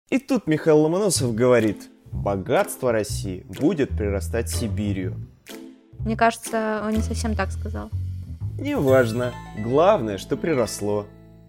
И тут Михаил Ломоносов говорит: богатство России будет прирастать Сибирью. Мне кажется, он не совсем так сказал. Неважно. Главное, что приросло.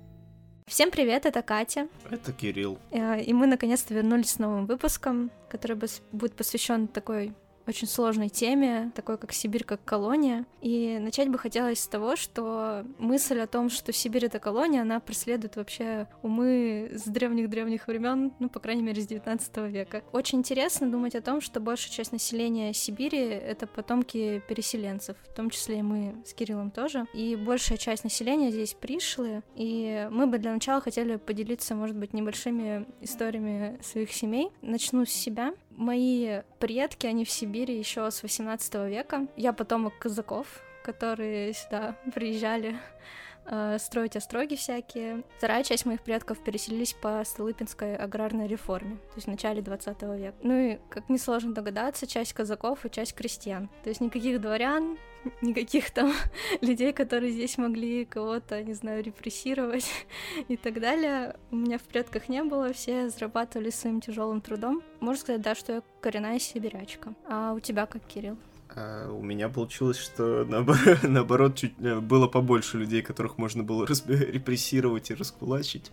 Всем привет, это Катя. Это Кирилл. И мы наконец-то вернулись с новым выпуском, который будет посвящен такой очень сложной теме, такой как Сибирь как колония. И начать бы хотелось с того, что мысль о том, что Сибирь — это колония, она преследует вообще умы с древних-древних времен, ну, по крайней мере, с 19 века. Очень интересно думать о том, что большая часть населения Сибири — это потомки переселенцев, в том числе и мы с Кириллом тоже. И большая часть населения здесь пришлые, и мы бы для начала хотели поделиться, может быть, небольшими историями своих семей. Начну с себя. Мои предки, они в Сибири еще с 18 века. Я потомок казаков, которые сюда приезжали строить остроги всякие. Вторая часть моих предков переселились по Столыпинской аграрной реформе, то есть в начале 20 века. Ну и, как несложно догадаться, часть казаков и часть крестьян. То есть никаких дворян, никаких там людей, которые здесь могли кого-то, не знаю, репрессировать и так далее. У меня в предках не было, все зарабатывали своим тяжелым трудом. Можно сказать, да, что я коренная сибирячка. А у тебя как, Кирилл? У меня получилось, что наоборот чуть было побольше людей, которых можно было репрессировать и раскулачить.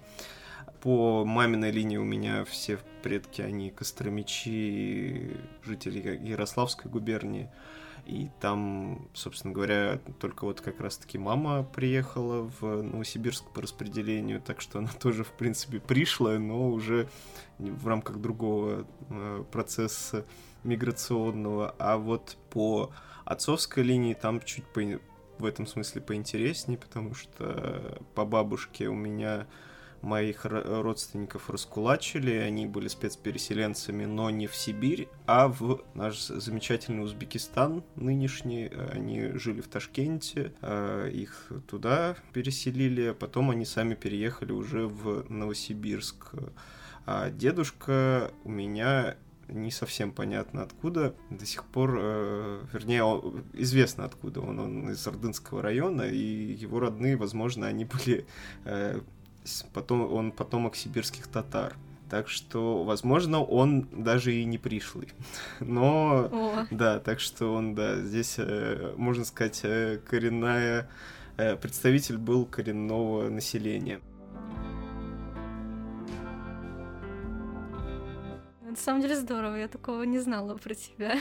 По маминой линии у меня все предки, они костромичи, жители Ярославской губернии. И там, собственно говоря, только вот как раз-таки мама приехала в Новосибирск по распределению, так что она тоже, в принципе, пришлая, но уже в рамках другого процесса миграционного. А вот по отцовской линии там чуть в этом смысле поинтереснее, потому что по бабушке у меня моих родственников раскулачили, они были спецпереселенцами, но не в Сибирь, а в наш замечательный Узбекистан нынешний. Они жили в Ташкенте, их туда переселили, а потом они сами переехали уже в Новосибирск. А дедушка у меня не совсем понятно откуда, до сих пор, вернее, известно откуда, он из Ордынского района, и его родные, возможно, они были... он потомок сибирских татар. Так что, возможно, он даже и не пришлый. Но, да, так что он, да, здесь, можно сказать, представитель был коренного населения. На самом деле здорово, я такого не знала про тебя.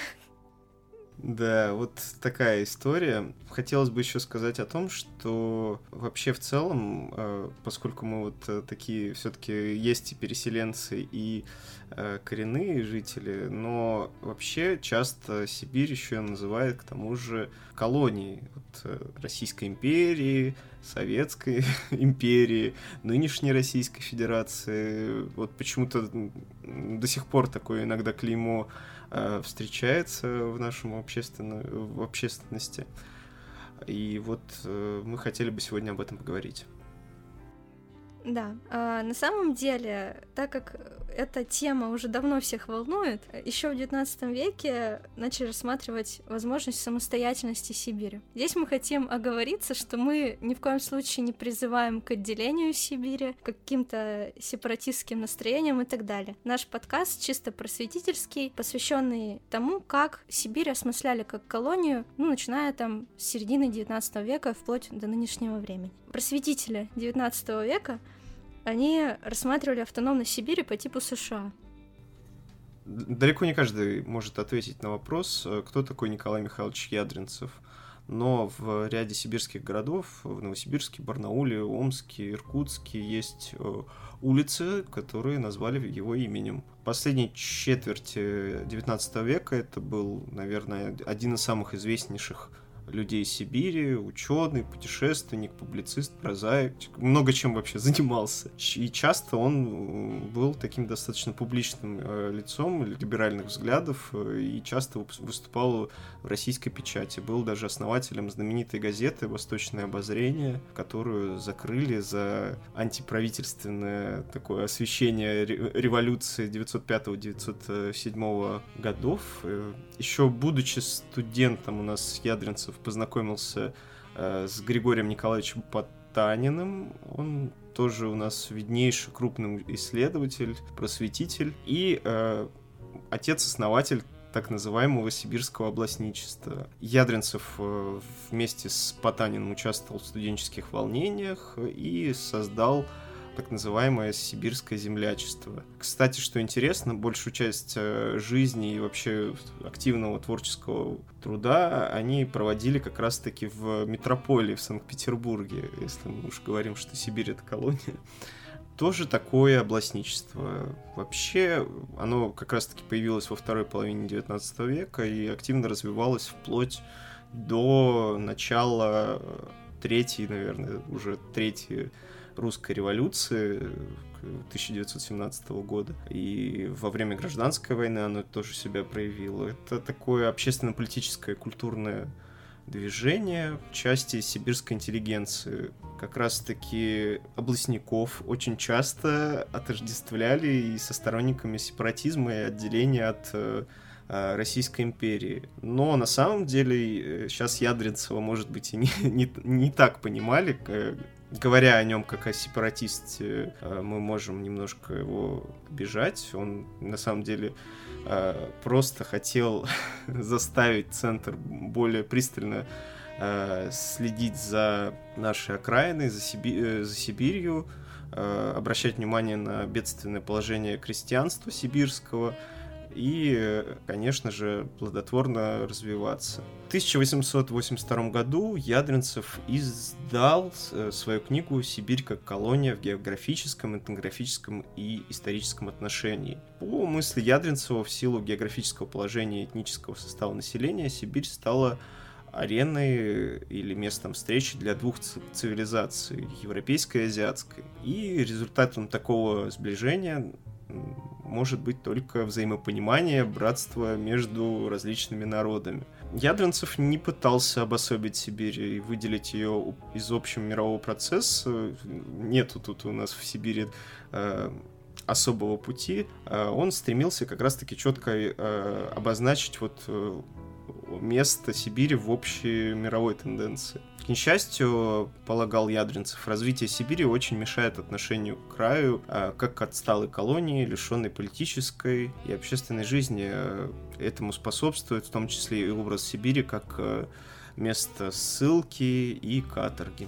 Да, вот такая история. Хотелось бы еще сказать о том, что вообще в целом, поскольку мы вот такие, все-таки есть и переселенцы, и коренные жители, но вообще часто Сибирь еще называют к тому же колонией Российской империи, Советской империи, нынешней Российской Федерации. Вот почему-то до сих пор такое иногда клеймо встречается в нашем в общественности. И вот мы хотели бы сегодня об этом поговорить. Да, на самом деле, так как эта тема уже давно всех волнует, еще в 19 веке начали рассматривать возможность самостоятельности Сибири. Здесь мы хотим оговориться, что мы ни в коем случае не призываем к отделению Сибири, к каким-то сепаратистским настроениям и так далее. Наш подкаст чисто просветительский, посвященный тому, как Сибирь осмысляли как колонию, начиная там с середины 19 века вплоть до нынешнего времени. Просветители 19 века они рассматривали автономность Сибири по типу США. Далеко не каждый может ответить на вопрос, кто такой Николай Михайлович Ядринцев. Но в ряде сибирских городов, в Новосибирске, Барнауле, Омске, Иркутске, есть улицы, которые назвали его именем. В последней четверти 19 века это был, наверное, один из самых известнейших людей Сибири, ученый, путешественник, публицист, прозаик, много чем вообще занимался. И часто он был таким достаточно публичным лицом либеральных взглядов и часто выступал в российской печати. Был даже основателем знаменитой газеты «Восточное обозрение», которую закрыли за антиправительственное такое освещение революции 905-907 годов. Еще будучи студентом у нас Ядринцев познакомился с Григорием Николаевичем Потаниным. Он тоже у нас виднейший крупный исследователь, просветитель и отец-основатель так называемого сибирского областничества. Ядринцев вместе с Потаниным участвовал в студенческих волнениях и создал так называемое сибирское землячество. Кстати, что интересно, большую часть жизни и вообще активного творческого труда они проводили как раз-таки в метрополии, в Санкт-Петербурге, если мы уж говорим, что Сибирь — это колония. Тоже такое областничество. Вообще, оно как раз-таки появилось во второй половине XIX века и активно развивалось вплоть до начала третьей русской революции 1917 года. И во время гражданской войны оно тоже себя проявило. Это такое общественно-политическое культурное движение части сибирской интеллигенции. Как раз-таки областников очень часто отождествляли и со сторонниками сепаратизма и отделения от Российской империи. Но на самом деле сейчас Ядринцева, может быть, и не так понимали. Говоря о нем как о сепаратисте, мы можем немножко его обижать. Он на самом деле просто хотел заставить Центр более пристально следить за нашей окраиной, за Сибирью, обращать внимание на бедственное положение крестьянства сибирского и, конечно же, плодотворно развиваться. В 1882 году Ядринцев издал свою книгу «Сибирь как колония в географическом, этнографическом и историческом отношении». По мысли Ядринцева, в силу географического положения и этнического состава населения, Сибирь стала ареной или местом встречи для двух цивилизаций, европейской и азиатской. И результатом такого сближения может быть только взаимопонимание, братство между различными народами. Ядринцев не пытался обособить Сибирь и выделить ее из общего мирового процесса. Нету тут у нас в Сибири особого пути. Он стремился как раз-таки четко обозначить место Сибири в общей мировой тенденции. К несчастью, полагал Ядринцев, развитие Сибири очень мешает отношению к краю, как к отсталой колонии, лишенной политической и общественной жизни. Этому способствует в том числе и образ Сибири как место ссылки и каторги.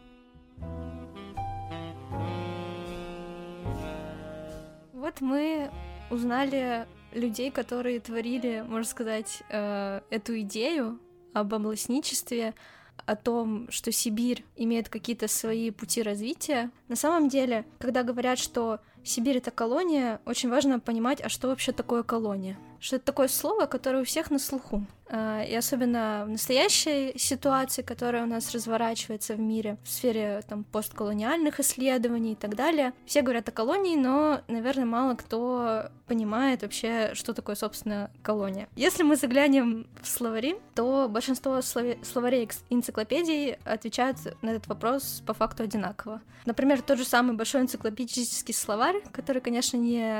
Вот мы узнали людей, которые творили, можно сказать, эту идею об областничестве, о том, что Сибирь имеет какие-то свои пути развития. На самом деле, когда говорят, что Сибирь — это колония, очень важно понимать, а что вообще такое колония. Что это такое слово, которое у всех на слуху. И особенно в настоящей ситуации, которая у нас разворачивается в мире, в сфере постколониальных исследований и так далее. Все говорят о колонии, но, наверное, мало кто понимает вообще, что такое, собственно, колония. Если мы заглянем в словари, то большинство словарей энциклопедий отвечают на этот вопрос по факту одинаково. Например, тот же самый большой энциклопедический словарь, который, конечно,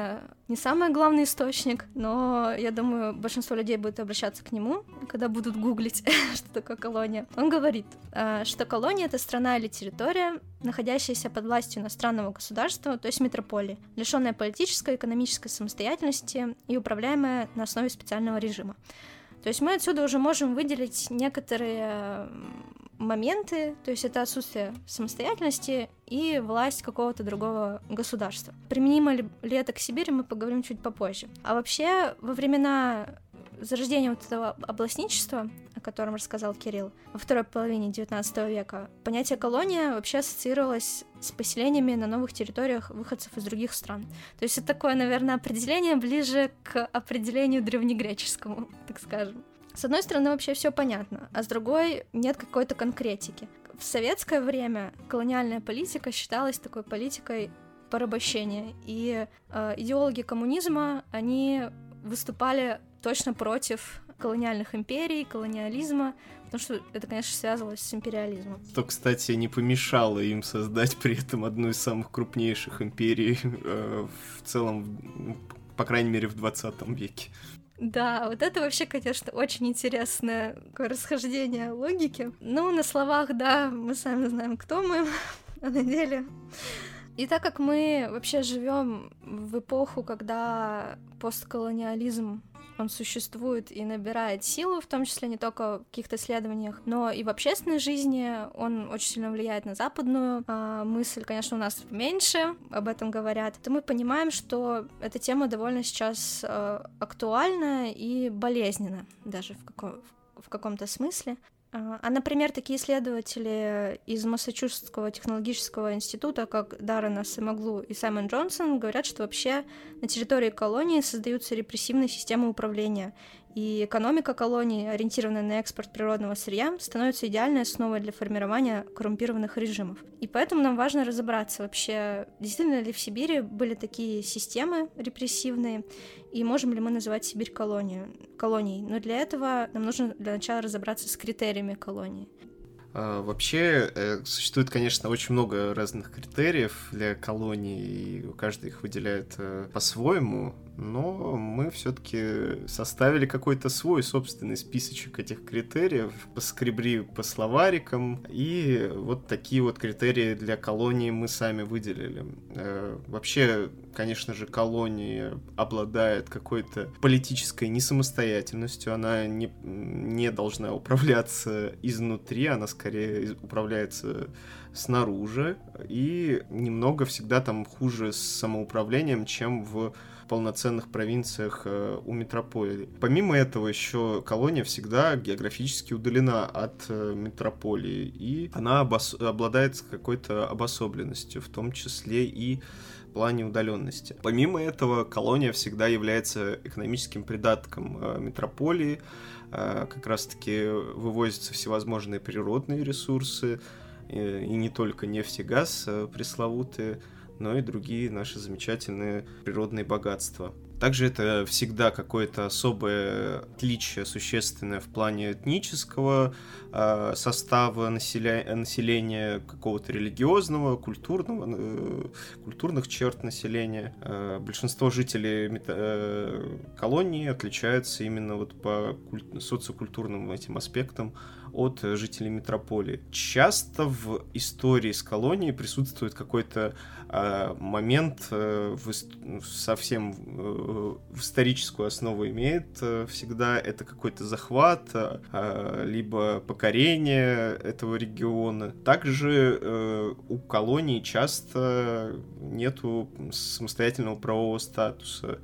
не самый главный источник, но я думаю, большинство людей будет обращаться к нему, когда будут гуглить, что такое колония. Он говорит, что колония — это страна или территория, находящаяся под властью иностранного государства, то есть метрополии, лишенная политической и экономической самостоятельности и управляемая на основе специального режима. То есть мы отсюда уже можем выделить некоторые моменты, то есть это отсутствие самостоятельности и власть какого-то другого государства. Применимо ли это к Сибири, мы поговорим чуть попозже. А вообще, во времена зарождения вот этого областничества, о котором рассказал Кирилл, во второй половине XIX века, понятие колония вообще ассоциировалось с поселениями на новых территориях выходцев из других стран. То есть это такое, наверное, определение ближе к определению древнегреческому, так скажем. С одной стороны, вообще все понятно, а с другой нет какой-то конкретики. В советское время колониальная политика считалась такой политикой порабощения, и идеологи коммунизма, они выступали точно против колониальных империй, колониализма, потому что это, конечно, связывалось с империализмом. Что, кстати, не помешало им создать при этом одну из самых крупнейших империй в целом, по крайней мере, в 20 веке. Да, вот это вообще, конечно, очень интересное такое расхождение логики. Ну, на словах, да, мы сами знаем, кто мы, а на деле... И так как мы вообще живем в эпоху, когда постколониализм он существует и набирает силу, в том числе не только в каких-то исследованиях, но и в общественной жизни он очень сильно влияет на западную мысль. Конечно, у нас меньше об этом говорят. То мы понимаем, что эта тема довольно сейчас актуальна и болезненна даже в каком-то смысле. Например, такие исследователи из Массачусетского технологического института, как Даррен Асемоглу и Саймон Джонсон, говорят, что вообще на территории колонии создаются репрессивные системы управления, и экономика колонии, ориентированная на экспорт природного сырья, становится идеальной основой для формирования коррумпированных режимов. И поэтому нам важно разобраться вообще, действительно ли в Сибири были такие системы репрессивные, и можем ли мы называть Сибирь колонией. Но для этого нам нужно для начала разобраться с критериями колонии. Вообще, существует, конечно, очень много разных критериев для колонии, и каждый их выделяет по-своему, но мы все-таки составили какой-то свой собственный списочек этих критериев, поскребли по словарикам, и вот такие вот критерии для колонии мы сами выделили. Вообще, конечно же, колония обладает какой-то политической несамостоятельностью, она не должна управляться изнутри, она скорее управляется снаружи, и немного всегда там хуже с самоуправлением, чем в полноценных провинциях у метрополии. Помимо этого, еще колония всегда географически удалена от метрополии, и она обладает какой-то обособленностью, в том числе и в плане удаленности. Помимо этого, колония всегда является экономическим придатком метрополии, как раз-таки вывозятся всевозможные природные ресурсы, и не только нефть и газ пресловутые, но и другие наши замечательные природные богатства. Также это всегда какое-то особое отличие существенное в плане этнического состава населения, какого-то религиозного, культурных черт населения. Большинство жителей колонии отличаются именно вот по социокультурным этим аспектам от жителей метрополии. Часто в истории с колонией присутствует какой-то момент, совсем в историческую основу имеет всегда, это какой-то захват, либо покорение этого региона. Также у колоний часто нету самостоятельного правового статуса.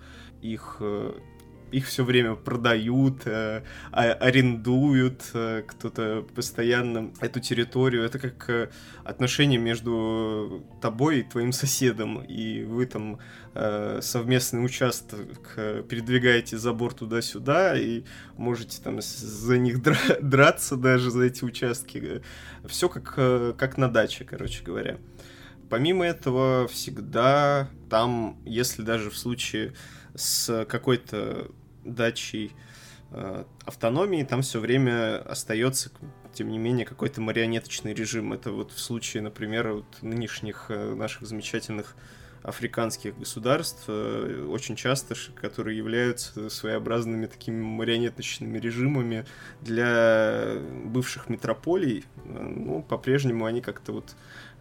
Их все время продают, арендуют, кто-то постоянно эту территорию. Это как отношения между тобой и твоим соседом, и вы там совместный участок передвигаете забор туда-сюда, и можете там за них драться даже, за эти участки. Все как на даче, короче говоря. Помимо этого, всегда там, если даже в случае с какой-то дачей автономии, там все время остается, тем не менее, какой-то марионеточный режим. Это вот в случае, например, вот нынешних наших замечательных африканских государств, очень часто, которые являются своеобразными такими марионеточными режимами для бывших метрополий. Ну, по-прежнему они как-то вот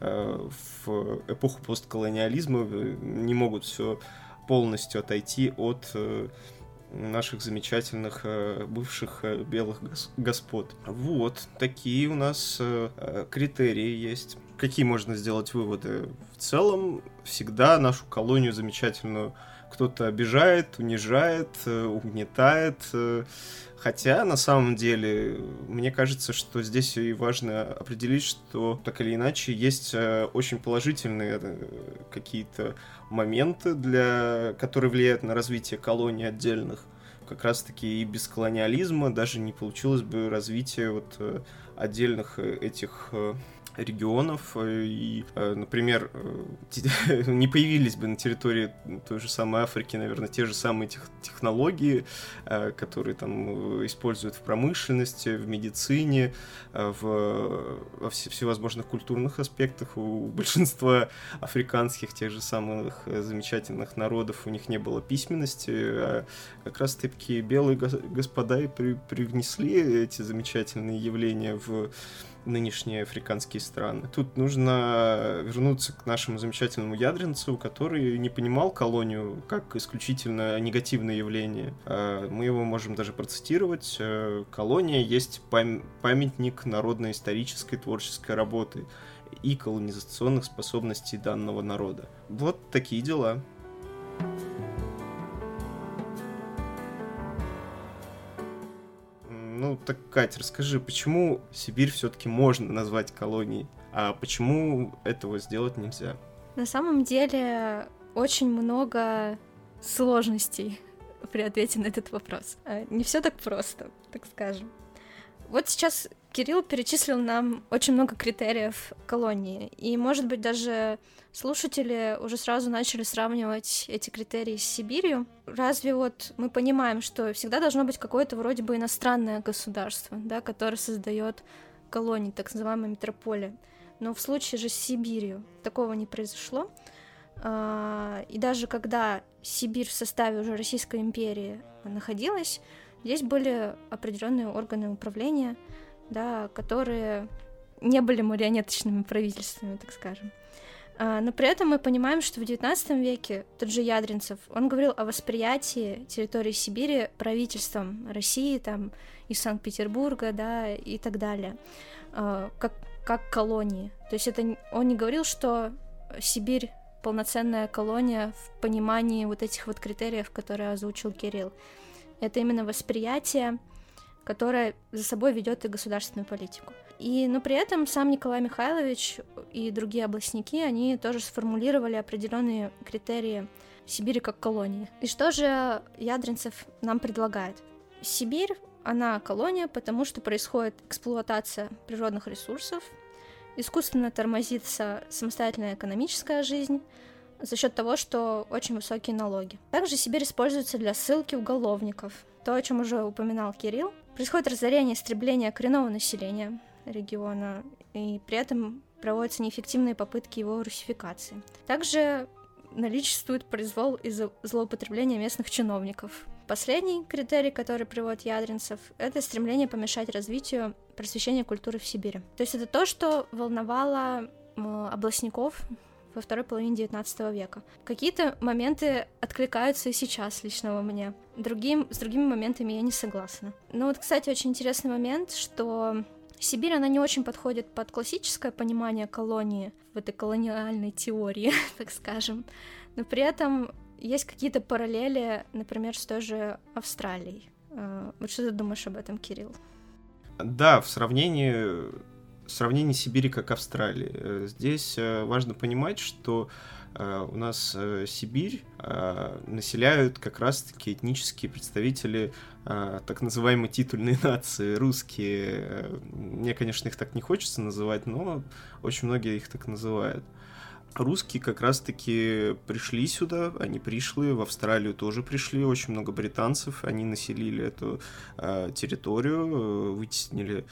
в эпоху постколониализма не могут все полностью отойти от наших замечательных бывших белых господ. Вот, такие у нас критерии есть. Какие можно сделать выводы? В целом, всегда нашу колонию замечательную кто-то обижает, унижает, угнетает. Хотя, на самом деле, мне кажется, что здесь и важно определить, что так или иначе есть очень положительные какие-то моменты, которые влияют на развитие колоний отдельных. Как раз-таки и без колониализма даже не получилось бы развитие вот отдельных этих регионов, и, например, не появились бы на территории той же самой Африки, наверное, те же самые технологии, которые там используют в промышленности, в медицине, во всевозможных культурных аспектах. У большинства африканских, тех же самых замечательных народов, у них не было письменности, а как раз-таки белые господа и привнесли эти замечательные явления в нынешние африканские страны. Тут нужно вернуться к нашему замечательному Ядринцу, который не понимал колонию как исключительно негативное явление. Мы его можем даже процитировать. Колония есть памятник народно-исторической творческой работы и колонизационных способностей данного народа. Вот такие дела. Ну, так, Катя, расскажи, почему Сибирь все-таки можно назвать колонией, а почему этого сделать нельзя? На самом деле очень много сложностей при ответе на этот вопрос. Не все так просто, так скажем. Вот сейчас Кирилл перечислил нам очень много критериев колонии, и, может быть, даже слушатели уже сразу начали сравнивать эти критерии с Сибирью. Разве вот мы понимаем, что всегда должно быть какое-то вроде бы иностранное государство, да, которое создает колонии, так называемые метрополии. Но в случае же с Сибирью такого не произошло. И даже когда Сибирь в составе уже Российской империи находилась, здесь были определенные органы управления, да, которые не были марионеточными правительствами, так скажем. Но при этом мы понимаем, что в XIX веке тот же Ядринцев, он говорил о восприятии территории Сибири правительством России, там, из Санкт-Петербурга, да, и так далее, как колонии. То есть это он не говорил, что Сибирь полноценная колония в понимании вот этих вот критериев, которые озвучил Кирилл. Это именно восприятие, которое за собой ведет и государственную политику. Но при этом сам Николай Михайлович и другие областники, они тоже сформулировали определенные критерии Сибири как колонии. И что же Ядринцев нам предлагает? Сибирь, она колония, потому что происходит эксплуатация природных ресурсов, искусственно тормозится самостоятельная экономическая жизнь за счет того, что очень высокие налоги. Также Сибирь используется для ссылки уголовников. То, о чем уже упоминал Кирилл. Происходит разорение и истребление коренного населения региона, и при этом проводятся неэффективные попытки его русификации. Также наличествует произвол и злоупотребление местных чиновников. Последний критерий, который приводит Ядринцев, это стремление помешать развитию просвещения культуры в Сибири. То есть это то, что волновало областников во второй половине XIX века. Какие-то моменты откликаются и сейчас лично у меня. С другими моментами я не согласна. Но вот, кстати, очень интересный момент, что Сибирь, она не очень подходит под классическое понимание колонии в этой колониальной теории, так скажем. Но при этом есть какие-то параллели, например, с той же Австралией. Вот что ты думаешь об этом, Кирилл? Да, в сравнении Сибири как Австралии. Здесь важно понимать, что у нас Сибирь населяют как раз-таки этнические представители так называемой титульной нации, русские. Мне, конечно, их так не хочется называть, но очень многие их так называют. Русские как раз-таки пришли сюда, они пришлые, в Австралию тоже пришли, очень много британцев, они населили эту территорию, вытеснили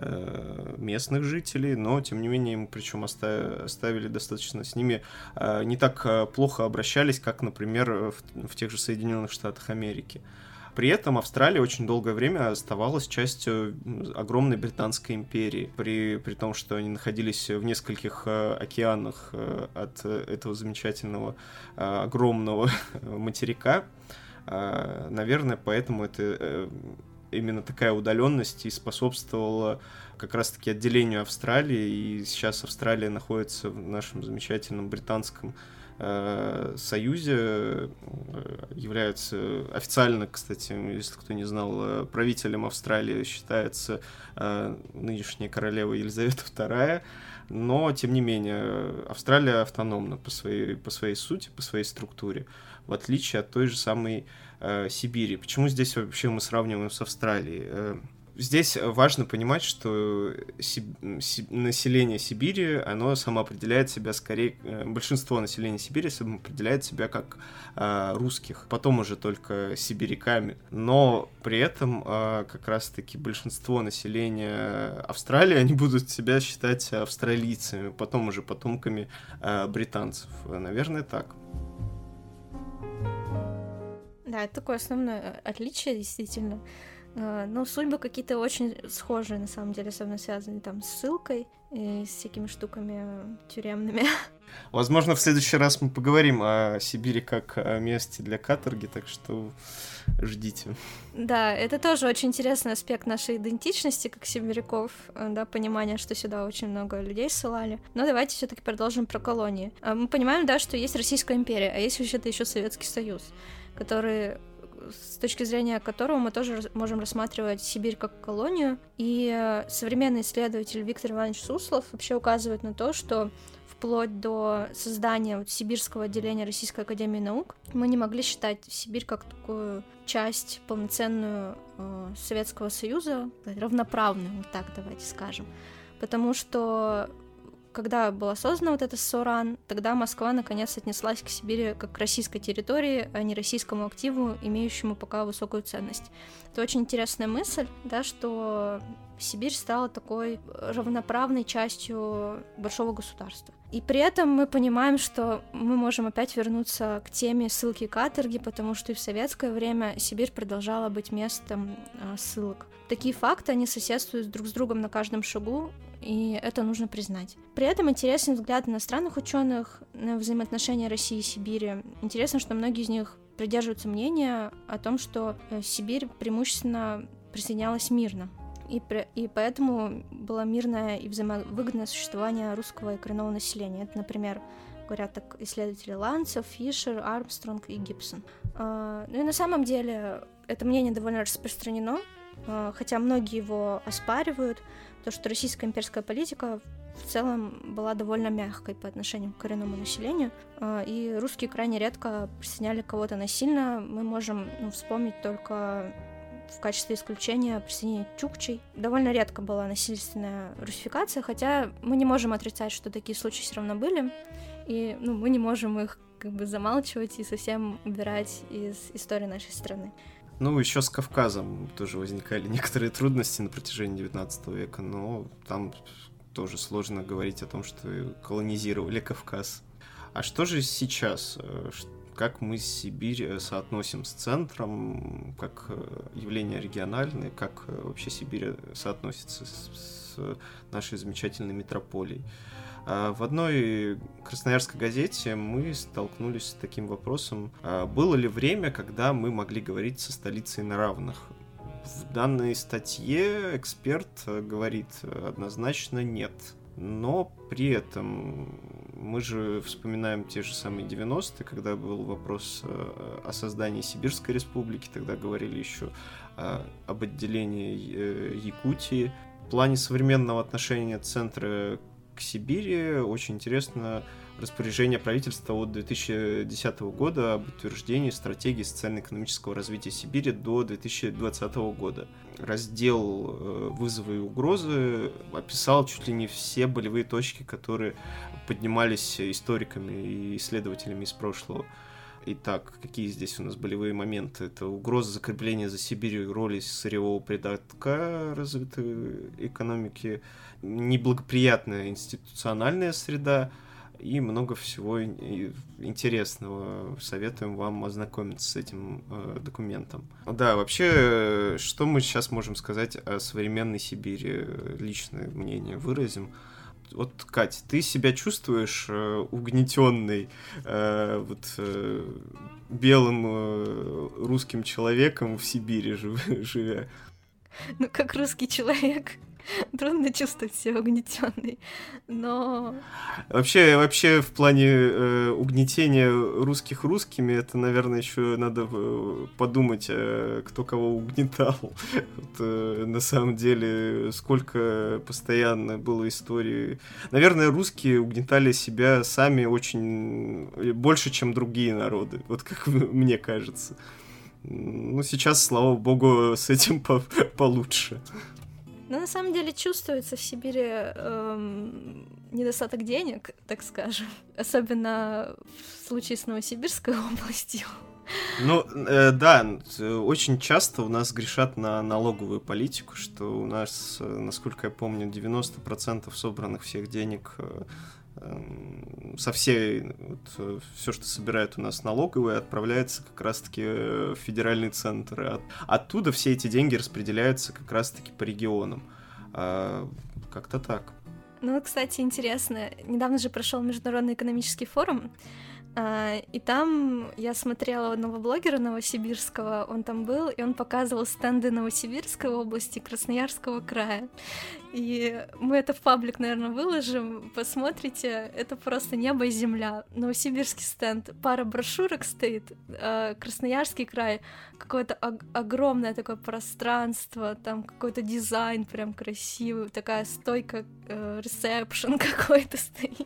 местных жителей, но, тем не менее, им причем оставили достаточно, с ними не так плохо обращались, как, например, в тех же Соединенных Штатах Америки. При этом Австралия очень долгое время оставалась частью огромной Британской империи, при том, что они находились в нескольких океанах от этого замечательного огромного материка. Наверное, поэтому это именно такая удаленность и способствовала как раз-таки отделению Австралии, и сейчас Австралия находится в нашем замечательном британском Союзе, является официально, кстати, если кто не знал, правителем Австралии считается нынешняя королева Елизавета II, но, тем не менее, Австралия автономна по своей сути, по своей структуре, в отличие от той же самой Сибири. Почему здесь вообще мы сравниваем с Австралией? Здесь важно понимать, что население Сибири, оно самоопределяет себя скорее, большинство населения Сибири самоопределяет себя как русских, потом уже только сибиряками. Но при этом как раз-таки большинство населения Австралии, они будут себя считать австралийцами, потом уже потомками британцев. Наверное, так. Да, это такое основное отличие, действительно. Но судьбы какие-то очень схожие, на самом деле, особенно связаны там с ссылкой и с всякими штуками тюремными. Возможно, в следующий раз мы поговорим о Сибири как о месте для каторги, так что ждите. Да, это тоже очень интересный аспект нашей идентичности, как сибиряков, да, понимание, что сюда очень много людей ссылали. Но давайте все-таки продолжим про колонии. Мы понимаем, да, что есть Российская империя, а есть вообще-то еще Советский Союз, который, с точки зрения которого мы тоже можем рассматривать Сибирь как колонию. И современный исследователь Виктор Иванович Суслов вообще указывает на то, что вплоть до создания сибирского отделения Российской академии наук мы не могли считать Сибирь как такую часть полноценную Советского Союза, равноправную, вот так давайте скажем. Потому что когда была создана вот эта СОРАН, тогда Москва наконец отнеслась к Сибири как к российской территории, а не российскому активу, имеющему пока высокую ценность. Это очень интересная мысль, да, что Сибирь стала такой равноправной частью большого государства. И при этом мы понимаем, что мы можем опять вернуться к теме ссылки и каторги, потому что и в советское время Сибирь продолжала быть местом ссылок. Такие факты, они соседствуют друг с другом на каждом шагу, и это нужно признать. При этом интересен взгляд иностранных ученых на взаимоотношения России и Сибири. Интересно, что многие из них придерживаются мнения о том, что Сибирь преимущественно присоединялась мирно. И поэтому было мирное и взаимовыгодное существование русского и коренного населения. Это, например, говорят так исследователи Ланцев, Фишер, Армстронг и Гибсон. Ну и на самом деле это мнение довольно распространено, хотя многие его оспаривают, то, что российская имперская политика в целом была довольно мягкой по отношению к коренному населению, и русские крайне редко присоединяли кого-то насильно. Мы можем вспомнить только в качестве исключения присоединение чукчей. Довольно редко была насильственная русификация, хотя мы не можем отрицать, что такие случаи все равно были, и мы не можем их как бы замалчивать и совсем убирать из истории нашей страны. Ну, еще с Кавказом тоже возникали некоторые трудности на протяжении 19 века, но там тоже сложно говорить о том, что колонизировали Кавказ. А что же сейчас? Как мы Сибирь соотносим с центром, как явление региональное, как вообще Сибирь соотносится с нашей замечательной метрополией? В одной красноярской газете мы столкнулись с таким вопросом: было ли время, когда мы могли говорить со столицей на равных? В данной статье эксперт говорит однозначно нет. Но при этом мы же вспоминаем те же самые 90-е, когда был вопрос о создании Сибирской республики, тогда говорили еще об отделении Якутии. В плане современного отношения центра к Сибири очень интересно распоряжение правительства от 2010 года об утверждении стратегии социально-экономического развития Сибири до 2020 года. Раздел «Вызовы и угрозы» описал чуть ли не все болевые точки, которые поднимались историками и исследователями из прошлого. Итак, какие здесь у нас болевые моменты? Это угроза закрепления за Сибирью роли сырьевого придатка развитой экономики, неблагоприятная институциональная среда и много всего интересного. Советуем вам ознакомиться с этим документом. Да, вообще, что мы сейчас можем сказать о современной Сибири? Личное мнение выразим. Вот, Кать, ты себя чувствуешь угнетенной белым русским человеком в Сибири живя? Ну, как русский человек, трудно чувствовать себя угнетенной, но... Вообще в плане угнетения русских русскими, это, наверное, еще надо подумать, кто кого угнетал. На самом деле, сколько постоянно было историй. Наверное, русские угнетали себя сами очень больше, чем другие народы, вот как мне кажется. Ну, сейчас, слава богу, с этим получше. Но на самом деле чувствуется в Сибири недостаток денег, так скажем. Особенно в случае с Новосибирской областью. Ну, да, очень часто у нас грешат на налоговую политику, что у нас, насколько я помню, 90% собранных всех денег все, что собирают у нас налоговые, отправляется как раз-таки в федеральный центр. Оттуда все эти деньги распределяются как раз-таки по регионам. Как-то так. Ну, кстати, интересно, недавно же прошел Международный экономический форум, и там я смотрела одного блогера новосибирского, он там был, и он показывал стенды Новосибирской области, Красноярского края. И мы это в паблик, наверное, выложим, посмотрите, это просто небо и земля. Новосибирский стенд, пара брошюрок стоит, Красноярский край, какое-то огромное такое пространство, там какой-то дизайн прям красивый, такая стойка, ресепшн какой-то стоит.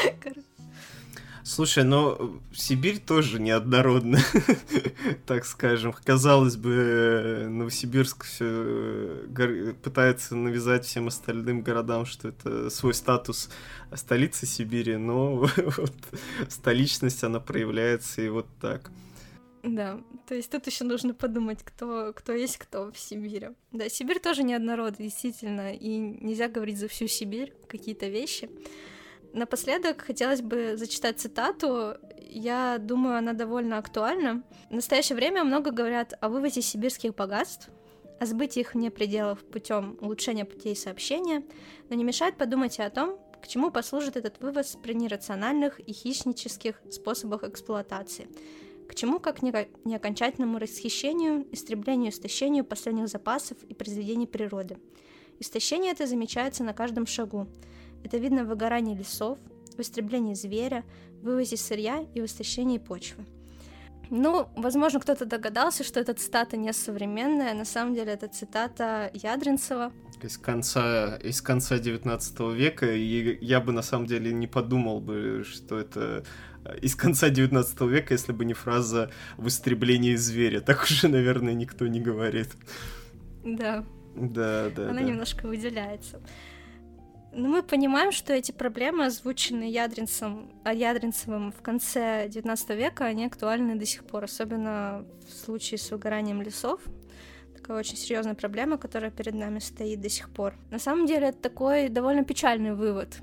Слушай, но Сибирь тоже неоднородна, так скажем. Казалось бы, Новосибирск все пытается навязать всем остальным городам, что это свой статус столицы Сибири, но вот столичность, она проявляется и вот так. Да, то есть тут еще нужно подумать, кто есть кто в Сибири. Да, Сибирь тоже неоднородна, действительно, и нельзя говорить за всю Сибирь какие-то вещи. Напоследок хотелось бы зачитать цитату. Я думаю, она довольно актуальна. В настоящее время много говорят о вывозе сибирских богатств, о сбытии их вне пределов путем улучшения путей сообщения, но не мешает подумать и о том, к чему послужит этот вывоз при нерациональных и хищнических способах эксплуатации. К чему, как не окончательному расхищению, истреблению, истощению последних запасов и произведений природы. Истощение это замечается на каждом шагу. Это видно в выгорании лесов, в истреблении зверя, в вывозе сырья и в истощении почвы. Ну, возможно, кто-то догадался, что эта цитата не современная. На самом деле, это цитата Ядринцева. Из конца 19 века, и я бы на самом деле не подумал бы, что это из конца 19 века, если бы не фраза «в истреблении зверя». Так уже, наверное, никто не говорит. Да. Да. Она немножко выделяется. Но мы понимаем, что эти проблемы, озвученные Ядринцевым в конце XIX века, они актуальны до сих пор, особенно в случае с выгоранием лесов. Такая очень серьезная проблема, которая перед нами стоит до сих пор. На самом деле, это такой довольно печальный вывод.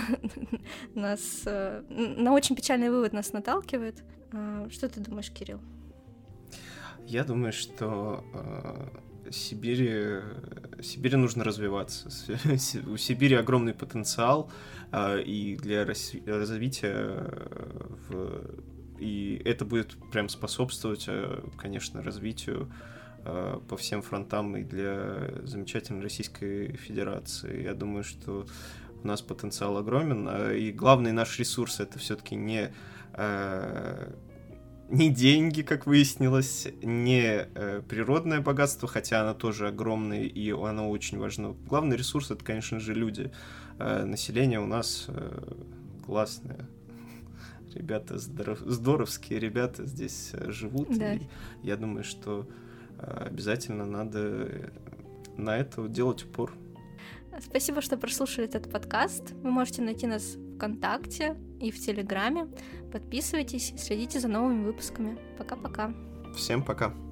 На очень печальный вывод нас наталкивает. Что ты думаешь, Кирилл? Я думаю, что Сибири нужно развиваться. У Сибири огромный потенциал и для развития, и это будет прям способствовать, конечно, развитию по всем фронтам и для замечательной Российской Федерации. Я думаю, что у нас потенциал огромен, и главный наш ресурс — это все-таки не деньги, как выяснилось, не природное богатство, хотя оно тоже огромное и оно очень важно. Главный ресурс — это, конечно же, люди. Население у нас классное. Ребята здоровские ребята здесь живут. Да. И я думаю, что обязательно надо на это делать упор. Спасибо, что прослушали этот подкаст. Вы можете найти нас ВКонтакте и в Телеграме. Подписывайтесь, следите за новыми выпусками. Пока-пока. Всем пока.